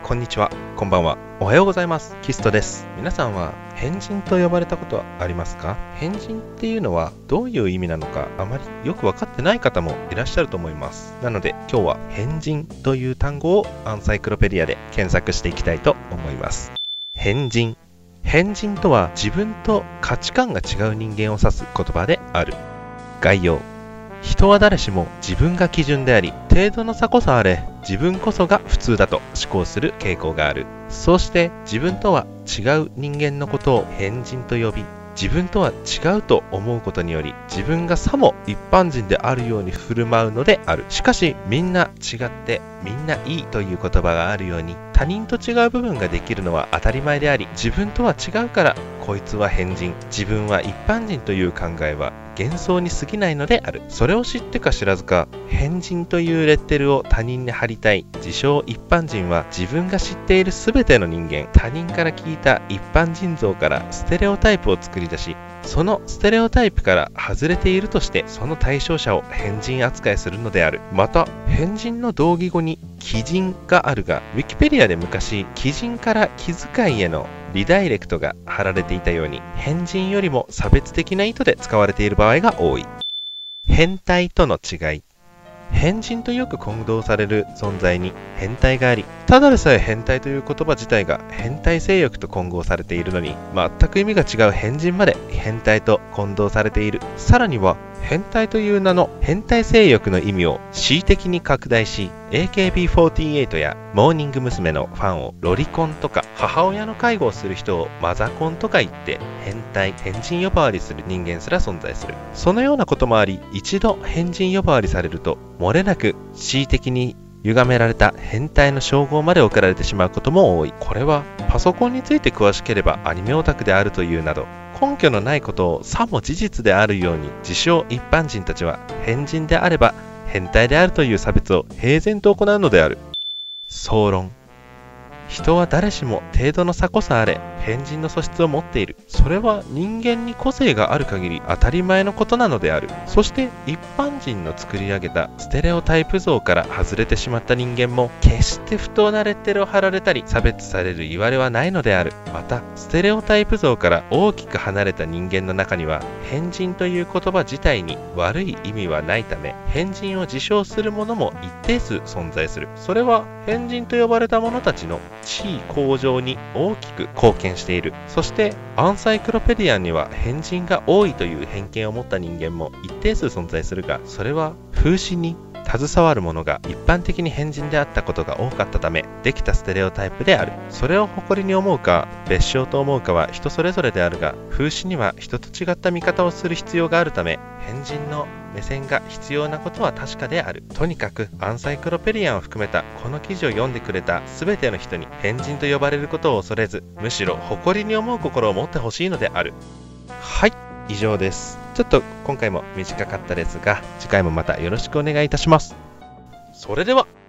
こんにちは、こんばんは、おはようございます。キストです。皆さんは変人と呼ばれたことはありますか？変人っていうのはどういう意味なのかあまりよく分かってない方もいらっしゃると思います。なので今日は変人という単語をアンサイクロペディアで検索していきたいと思います。変人。変人とは自分と価値観が違う人間を指す言葉である。概要。人は誰しも自分が基準であり、程度の差こそあれ、自分こそが普通だと思考する傾向がある。そうして自分とは違う人間のことを変人と呼び、自分とは違うと思うことにより、自分がさも一般人であるように振る舞うのである。しかし、みんな違ってみんないいという言葉があるように、他人と違う部分ができるのは当たり前であり、自分とは違うからこいつは変人、自分は一般人という考えは幻想に過ぎないのである。それを知ってか知らずか、変人というレッテルを他人に貼りたい自称一般人は、自分が知っている全ての人間、他人から聞いた一般人像からステレオタイプを作り出し、そのステレオタイプから外れているとして、その対象者を変人扱いするのである。また、変人の同義語に奇人があるが、ウィキペディアで昔、奇人から気遣いへのリダイレクトが貼られていたように、変人よりも差別的な意図で使われている場合が多い。変態との違い。変人とよく混同される存在に変態があり、ただでさえ変態という言葉自体が変態性欲と混合されているのに、全く意味が違う変人まで変態と混同されている。さらには、変態という名の変態性欲の意味を恣意的に拡大し、AKB48 やモーニング娘。のファンをロリコンとか、母親の介護をする人をマザコンとか言って変態、変人呼ばわりする人間すら存在する。そのようなこともあり、一度変人呼ばわりされると、漏れなく恣意的に歪められた変態の称号まで送られてしまうことも多い。これはパソコンについて詳しければアニメオタクであるというなど、根拠のないことをさも事実であるように自称一般人たちは、変人であれば変態であるという差別を平然と行うのである。総論。人は誰しも程度の差こそあれ、変人の素質を持っている。それは人間に個性がある限り当たり前のことなのである。そして一般人の作り上げたステレオタイプ像から外れてしまった人間も、決して不当なレッテルを貼られたり差別されるいわれはないのである。また、ステレオタイプ像から大きく離れた人間の中には、変人という言葉自体に悪い意味はないため、変人を自称する者も一定数存在する。それは変人と呼ばれた者たちの地位向上に大きく貢献している。そしてアンサイクロペディアには変人が多いという偏見を持った人間も一定数存在するが、それは風刺に携わる者が一般的に変人であったことが多かったためできたステレオタイプである。それを誇りに思うか別称と思うかは人それぞれであるが、風刺には人と違った見方をする必要があるため、変人の目線が必要なことは確かである。とにかくアンサイクロペディアンを含めたこの記事を読んでくれた全ての人に変人と呼ばれることを恐れず、むしろ誇りに思う心を持ってほしいのである。はい、以上です。ちょっと今回も短かったですが、次回もまたよろしくお願いいたします。それでは。